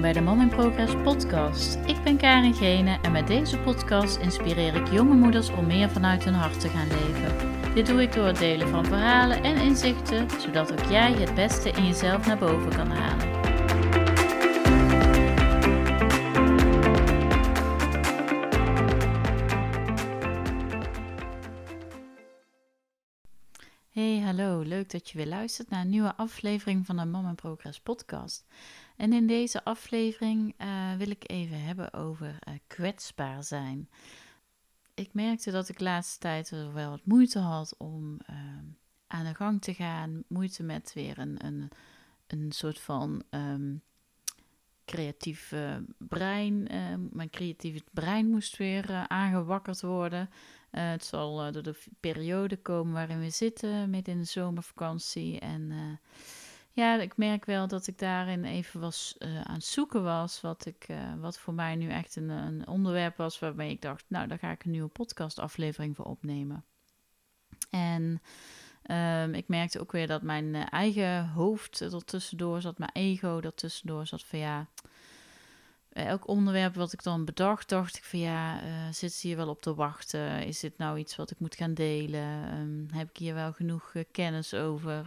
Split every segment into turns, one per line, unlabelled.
bij de Mom in Progress podcast. Ik ben Karin Gene en met deze podcast inspireer ik jonge moeders om meer vanuit hun hart te gaan leven. Dit doe ik door het delen van verhalen en inzichten, zodat ook jij het beste in jezelf naar boven kan halen. Hey, hallo, leuk dat je weer luistert naar een nieuwe aflevering van de Mom in Progress podcast. En in deze aflevering wil ik even hebben over kwetsbaar zijn. Ik merkte dat ik de laatste tijd wel wat moeite had om aan de gang te gaan. Moeite met weer een soort van creatief brein. Mijn creatieve brein moest weer aangewakkerd worden. Het zal door de periode komen waarin we zitten, midden in de zomervakantie. En ik merk wel dat ik daarin even aan het zoeken was. Wat voor mij nu echt een onderwerp was waarmee ik dacht, nou, daar ga ik een nieuwe podcastaflevering voor opnemen. En ik merkte ook weer dat mijn eigen hoofd er tussendoor zat, mijn ego er tussendoor zat van elk onderwerp wat ik dan bedacht, dacht ik van zit ze hier wel op te wachten? Is dit nou iets wat ik moet gaan delen? Heb ik hier wel genoeg kennis over?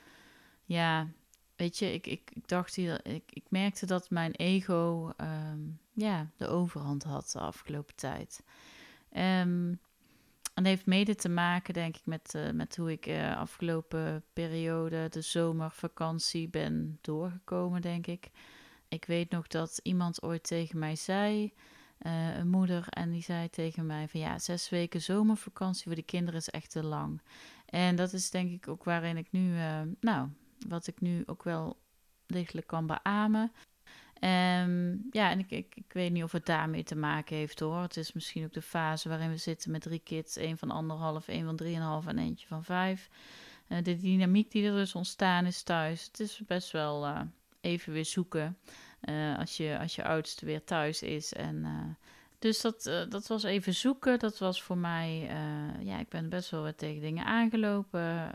Weet je, ik dacht hier, ik merkte dat mijn ego de overhand had de afgelopen tijd. En dat heeft mede te maken, denk ik, met hoe ik afgelopen periode, de zomervakantie, ben doorgekomen, denk ik. Ik weet nog dat iemand ooit tegen mij zei, een moeder, en die zei tegen mij van 6 weken zomervakantie voor de kinderen is echt te lang. En dat is denk ik ook waarin ik nu, wat ik nu ook wel lichtelijk kan beamen. En ik weet niet of het daarmee te maken heeft hoor. Het is misschien ook de fase waarin we zitten met 3 kids. 1 van 1,5, 1 van 3,5 en eentje van 5. De dynamiek die er dus ontstaan is thuis. Het is best wel even weer zoeken als je oudste weer thuis is. Dus dat was even zoeken. Dat was voor mij, ik ben best wel wat tegen dingen aangelopen.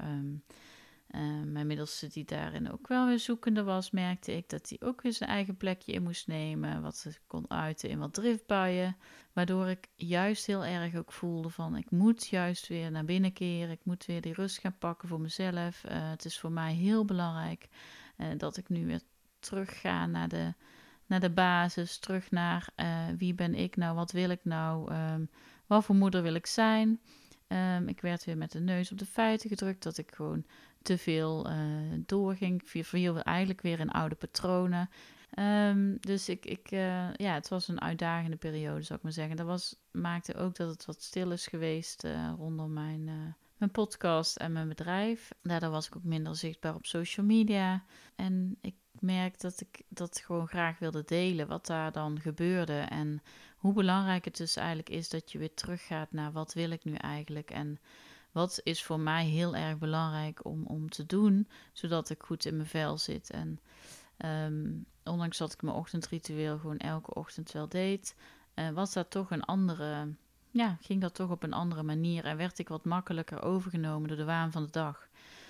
Mijn middelste die daarin ook wel weer zoekende was, merkte ik dat hij ook weer zijn eigen plekje in moest nemen. Wat ze kon uiten in wat driftbuien. Waardoor ik juist heel erg ook voelde van ik moet juist weer naar binnen keren. Ik moet weer die rust gaan pakken voor mezelf. Het is voor mij heel belangrijk dat ik nu weer terug ga naar de basis. Terug naar wie ben ik nou, wat wil ik nou, wat voor moeder wil ik zijn. Ik werd weer met de neus op de feiten gedrukt dat ik gewoon te veel doorging. Ik viel eigenlijk weer in oude patronen. Dus het was een uitdagende periode, zou ik maar zeggen. Dat maakte ook dat het wat stil is geweest rondom mijn podcast en mijn bedrijf. Daardoor was ik ook minder zichtbaar op social media. En ik merk dat ik dat gewoon graag wilde delen, wat daar dan gebeurde. En hoe belangrijk het dus eigenlijk is dat je weer teruggaat naar wat wil ik nu eigenlijk. En wat is voor mij heel erg belangrijk om te doen, zodat ik goed in mijn vel zit. En ondanks dat ik mijn ochtendritueel gewoon elke ochtend wel deed, was dat toch ging dat toch op een andere manier. En werd ik wat makkelijker overgenomen door de waan van de dag.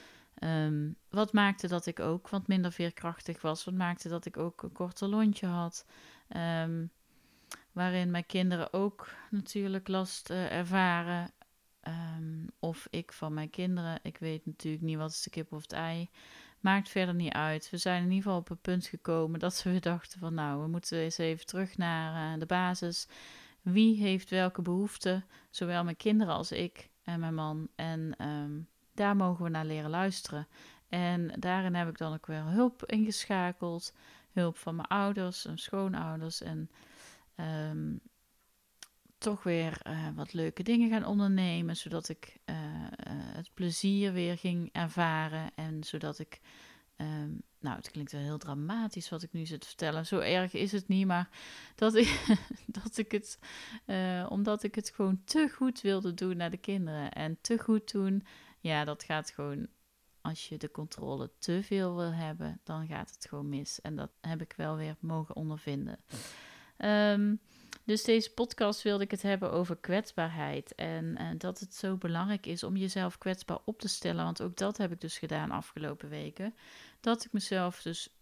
Wat maakte dat ik ook wat minder veerkrachtig was. Wat maakte dat ik ook een korter lontje had. Waarin mijn kinderen ook natuurlijk last ervaren. Of ik van mijn kinderen. Ik weet natuurlijk niet wat is de kip of het ei. Maakt verder niet uit. We zijn in ieder geval op een punt gekomen dat we dachten van we moeten eens even terug naar de basis. Wie heeft welke behoeften? Zowel mijn kinderen als ik en mijn man. En daar mogen we naar leren luisteren. En daarin heb ik dan ook weer hulp ingeschakeld. Hulp van mijn ouders en schoonouders. En toch weer wat leuke dingen gaan ondernemen. Zodat ik het plezier weer ging ervaren. En zodat ik... het klinkt wel heel dramatisch wat ik nu zit te vertellen. Zo erg is het niet, maar omdat ik het gewoon te goed wilde doen naar de kinderen. En te goed doen, dat gaat gewoon, als je de controle te veel wil hebben, dan gaat het gewoon mis. En dat heb ik wel weer mogen ondervinden. Dus deze podcast wilde ik het hebben over kwetsbaarheid. En dat het zo belangrijk is om jezelf kwetsbaar op te stellen. Want ook dat heb ik dus gedaan afgelopen weken. Dat ik mezelf dus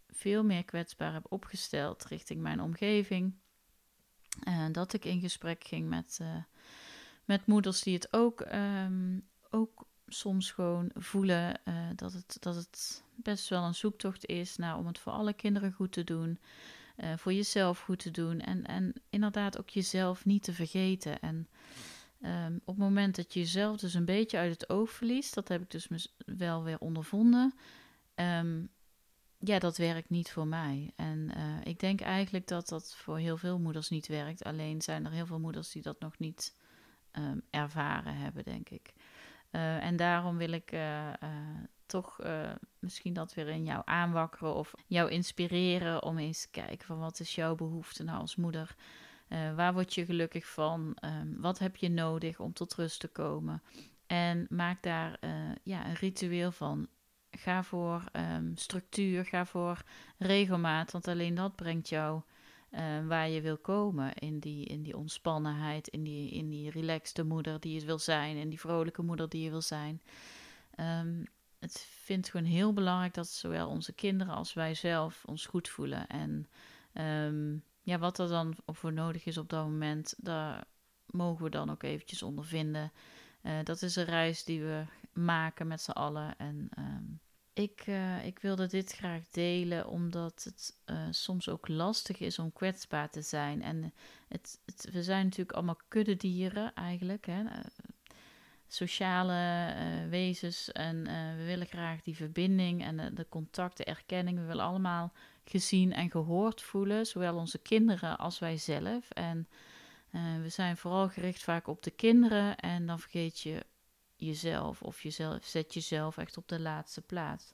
veel meer kwetsbaar heb opgesteld richting mijn omgeving. Dat ik in gesprek ging met moeders die het ook soms gewoon voelen dat het best wel een zoektocht is naar om het voor alle kinderen goed te doen. Voor jezelf goed te doen. En inderdaad ook jezelf niet te vergeten. En op het moment dat je jezelf dus een beetje uit het oog verliest, dat heb ik dus wel weer ondervonden. Ja, dat werkt niet voor mij. En ik denk eigenlijk dat dat voor heel veel moeders niet werkt. Alleen zijn er heel veel moeders die dat nog niet ervaren hebben, denk ik. En daarom wil ik toch misschien dat weer in jou aanwakkeren of jou inspireren om eens te kijken van wat is jouw behoefte nou als moeder? Waar word je gelukkig van? Wat heb je nodig om tot rust te komen? En maak daar een ritueel van. Ga voor structuur, ga voor regelmaat, want alleen dat brengt jou waar je wil komen in die ontspannenheid, in die relaxte moeder die je wil zijn, in die vrolijke moeder die je wil zijn. Het vindt gewoon heel belangrijk dat zowel onze kinderen als wij zelf ons goed voelen. En wat er dan voor nodig is op dat moment, daar mogen we dan ook eventjes ondervinden. Dat is een reis die we maken met z'n allen. En ik wilde dit graag delen, omdat het soms ook lastig is om kwetsbaar te zijn. En we zijn natuurlijk allemaal kuddedieren eigenlijk, hè? Sociale wezens. En we willen graag die verbinding en de contact, de erkenning. We willen allemaal gezien en gehoord voelen, zowel onze kinderen als wij zelf. En we zijn vooral gericht vaak op de kinderen en dan vergeet je jezelf of zet jezelf echt op de laatste plaats.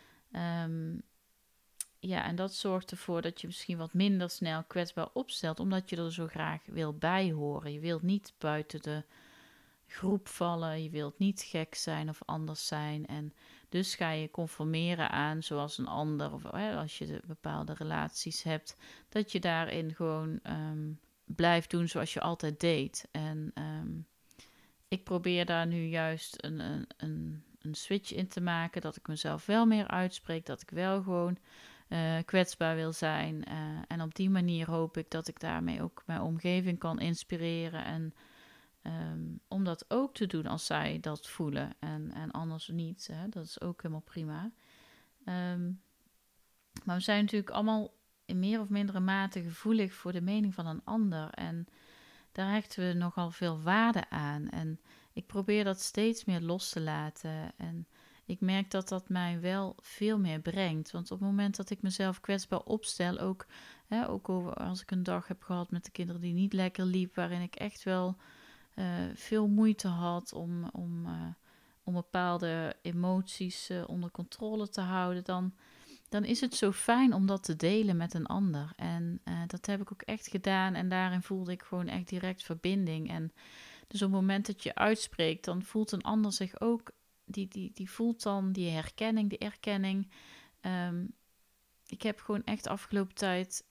En dat zorgt ervoor dat je misschien wat minder snel kwetsbaar opstelt, omdat je er zo graag wil bij horen. Je wilt niet buiten de groep vallen, je wilt niet gek zijn of anders zijn. En dus ga je conformeren aan zoals een ander, of als je bepaalde relaties hebt, dat je daarin gewoon blijft doen zoals je altijd deed. En ik probeer daar nu juist een switch in te maken, dat ik mezelf wel meer uitspreek, dat ik wel gewoon kwetsbaar wil zijn. En op die manier hoop ik dat ik daarmee ook mijn omgeving kan inspireren en om dat ook te doen als zij dat voelen en anders niet. Hè? Dat is ook helemaal prima. Maar we zijn natuurlijk allemaal in meer of mindere mate gevoelig voor de mening van een ander. En daar hechten we nogal veel waarde aan. En ik probeer dat steeds meer los te laten. En ik merk dat dat mij wel veel meer brengt. Want op het moment dat ik mezelf kwetsbaar opstel, ook als ik een dag heb gehad met de kinderen die niet lekker liep, waarin ik echt wel veel moeite had om bepaalde emoties onder controle te houden, dan is het zo fijn om dat te delen met een ander. En dat heb ik ook echt gedaan en daarin voelde ik gewoon echt direct verbinding. En dus op het moment dat je uitspreekt, dan voelt een ander zich ook, die voelt dan die herkenning, die erkenning. Ik heb gewoon echt de afgelopen tijd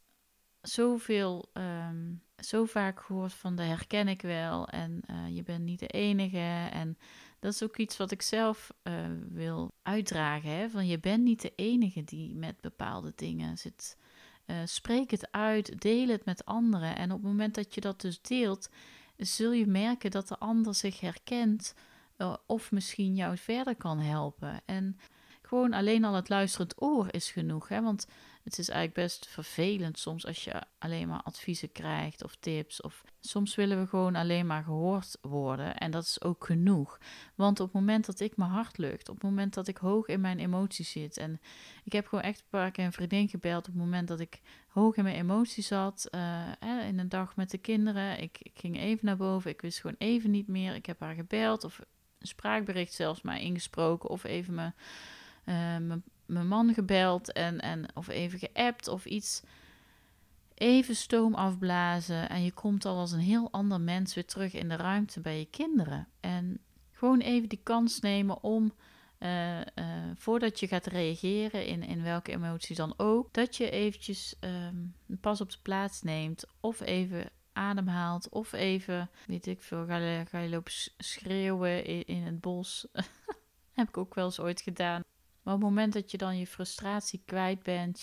zo vaak gehoord van de herken ik wel en je bent niet de enige. En dat is ook iets wat ik zelf wil uitdragen. Hè? Van je bent niet de enige die met bepaalde dingen zit. Spreek het uit, deel het met anderen. En op het moment dat je dat dus deelt, zul je merken dat de ander zich herkent of misschien jou verder kan helpen. En gewoon alleen al het luisterend oor is genoeg. Hè? Want het is eigenlijk best vervelend soms als je alleen maar adviezen krijgt of tips. Of soms willen we gewoon alleen maar gehoord worden. En dat is ook genoeg. Want op het moment dat ik mijn hart lucht, op het moment dat ik hoog in mijn emoties zit. En ik heb gewoon echt een paar keer een vriendin gebeld op het moment dat ik hoog in mijn emoties zat. In een dag met de kinderen. Ik ging even naar boven. Ik wist gewoon even niet meer. Ik heb haar gebeld of een spraakbericht zelfs maar ingesproken. Of even mijn man gebeld of even geappt of iets. Even stoom afblazen en je komt al als een heel ander mens weer terug in de ruimte bij je kinderen. En gewoon even die kans nemen om, voordat je gaat reageren in welke emotie dan ook, dat je eventjes pas op de plaats neemt of even ademhaalt of even, weet ik veel, ga je lopen schreeuwen in het bos. Heb ik ook wel eens ooit gedaan. Maar op het moment dat je dan je frustratie kwijt bent,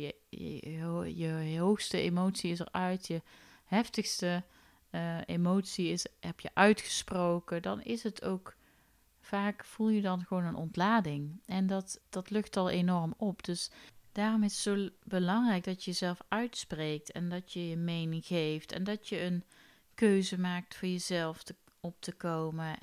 je hoogste emotie is eruit, je heftigste emotie heb je uitgesproken, dan is het ook vaak, voel je dan gewoon een ontlading. En dat lucht al enorm op. Dus daarom is het zo belangrijk dat je jezelf uitspreekt en dat je je mening geeft en dat je een keuze maakt voor jezelf op te komen.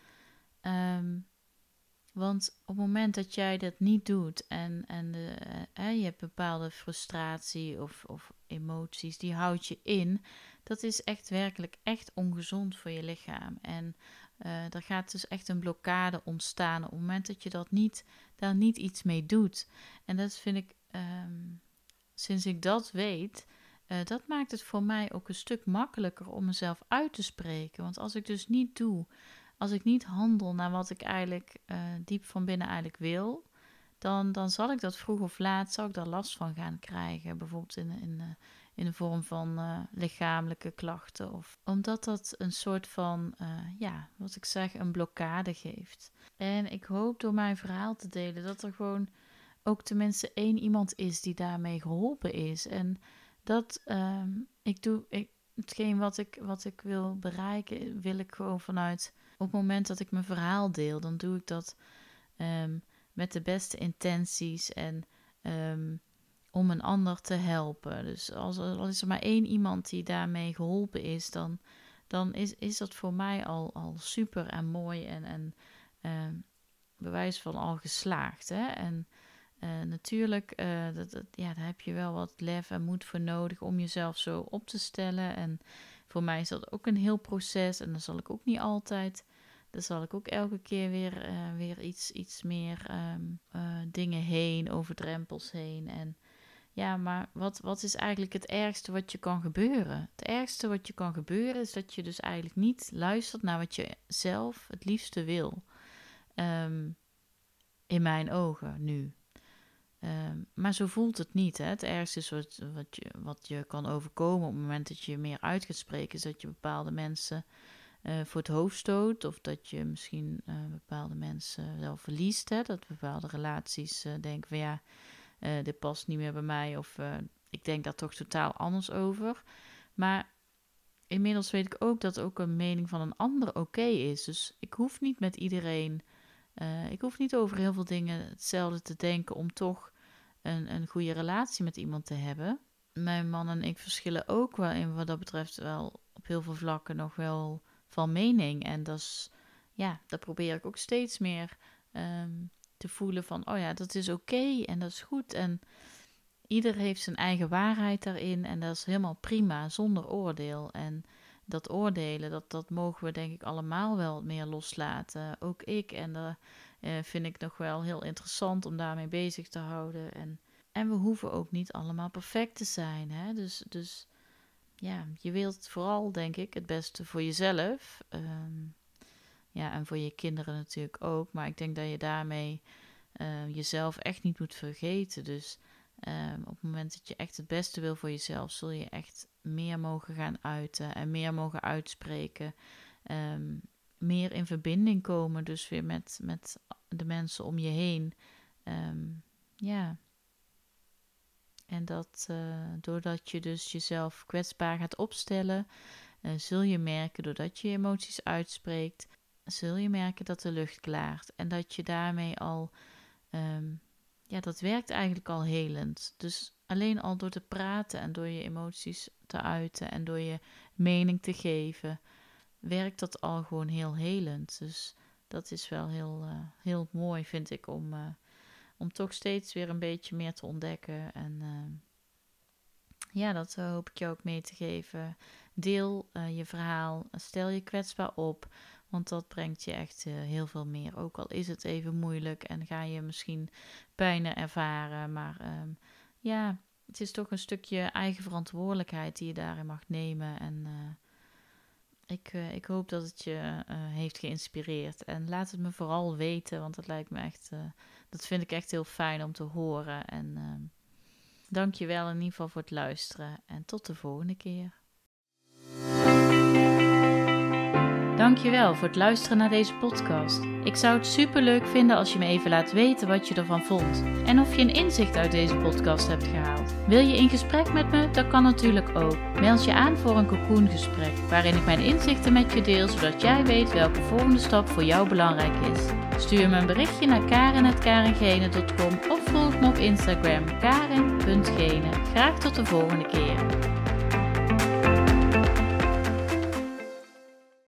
Want op het moment dat jij dat niet doet je hebt bepaalde frustratie of emoties, die houd je in, dat is echt werkelijk echt ongezond voor je lichaam. En er gaat dus echt een blokkade ontstaan op het moment dat je daar niet iets mee doet. En dat vind ik, sinds ik dat weet, dat maakt het voor mij ook een stuk makkelijker om mezelf uit te spreken. Want als ik dus niet doe, als ik niet handel naar wat ik eigenlijk diep van binnen eigenlijk wil, dan zal ik dat vroeg of laat, zal ik daar last van gaan krijgen. Bijvoorbeeld in de vorm van lichamelijke klachten. Of omdat dat een soort van, wat ik zeg, een blokkade geeft. En ik hoop door mijn verhaal te delen dat er gewoon ook tenminste één iemand is die daarmee geholpen is. En dat hetgeen wat ik wil bereiken, wil ik gewoon vanuit. Op het moment dat ik mijn verhaal deel, dan doe ik dat met de beste intenties en om een ander te helpen. Dus al is er maar één iemand die daarmee geholpen is, dan is dat voor mij al super en mooi en bewijs van al geslaagd. Hè? En natuurlijk, daar heb je wel wat lef en moed voor nodig om jezelf zo op te stellen. En voor mij is dat ook een heel proces. En dan zal ik ook niet altijd. Dan zal ik ook elke keer weer iets meer dingen heen, over drempels heen. En ja, maar wat is eigenlijk het ergste wat je kan gebeuren? Het ergste wat je kan gebeuren is dat je dus eigenlijk niet luistert naar wat je zelf het liefste wil. In mijn ogen nu. Maar zo voelt het niet. Hè? Het ergste is wat je kan overkomen op het moment dat je meer uit gaat spreken, is dat je bepaalde mensen voor het hoofd stoot. Of dat je misschien bepaalde mensen wel verliest. Hè? Dat bepaalde relaties denken van ja, dit past niet meer bij mij. Of ik denk daar toch totaal anders over. Maar inmiddels weet ik ook dat ook een mening van een ander oké is. Dus ik hoef niet met iedereen. Ik hoef niet over heel veel dingen hetzelfde te denken om toch een goede relatie met iemand te hebben. Mijn man en ik verschillen ook wel in wat dat betreft wel op heel veel vlakken nog wel van mening. En dat probeer ik ook steeds meer te voelen van, oh ja, dat is oké en dat is goed. En ieder heeft zijn eigen waarheid daarin en dat is helemaal prima, zonder oordeel. En dat oordelen, dat mogen we denk ik allemaal wel meer loslaten. Ook ik. En dat vind ik nog wel heel interessant om daarmee bezig te houden. En we hoeven ook niet allemaal perfect te zijn. Hè? Dus ja, je wilt vooral denk ik het beste voor jezelf. En voor je kinderen natuurlijk ook. Maar ik denk dat je daarmee jezelf echt niet moet vergeten. Dus op het moment dat je echt het beste wil voor jezelf, zul je echt meer mogen gaan uiten en meer mogen uitspreken. Meer in verbinding komen, dus weer met de mensen om je heen. Ja. En dat doordat je dus jezelf kwetsbaar gaat opstellen, zul je merken, doordat je emoties uitspreekt, zul je merken dat de lucht klaart. En dat je daarmee al, dat werkt eigenlijk al helend. Dus alleen al door te praten en door je emoties te uiten en door je mening te geven, werkt dat al gewoon heel helend. Dus dat is wel heel mooi, vind ik, om toch steeds weer een beetje meer te ontdekken. En dat hoop ik je ook mee te geven. Deel je verhaal, stel je kwetsbaar op, want dat brengt je echt heel veel meer. Ook al is het even moeilijk en ga je misschien pijnen ervaren, maar het is toch een stukje eigen verantwoordelijkheid die je daarin mag nemen. En ik hoop dat het je heeft geïnspireerd. En laat het me vooral weten, want dat lijkt me echt, dat vind ik echt heel fijn om te horen. En dank je wel in ieder geval voor het luisteren. En tot de volgende keer. Dankjewel voor het luisteren naar deze podcast. Ik zou het superleuk vinden als je me even laat weten wat je ervan vond. En of je een inzicht uit deze podcast hebt gehaald. Wil je in gesprek met me? Dat kan natuurlijk ook. Meld je aan voor een cocoongesprek, waarin ik mijn inzichten met je deel, zodat jij weet welke volgende stap voor jou belangrijk is. Stuur me een berichtje naar karen@karengene.com of volg me op Instagram karen.gene. Graag tot de volgende keer.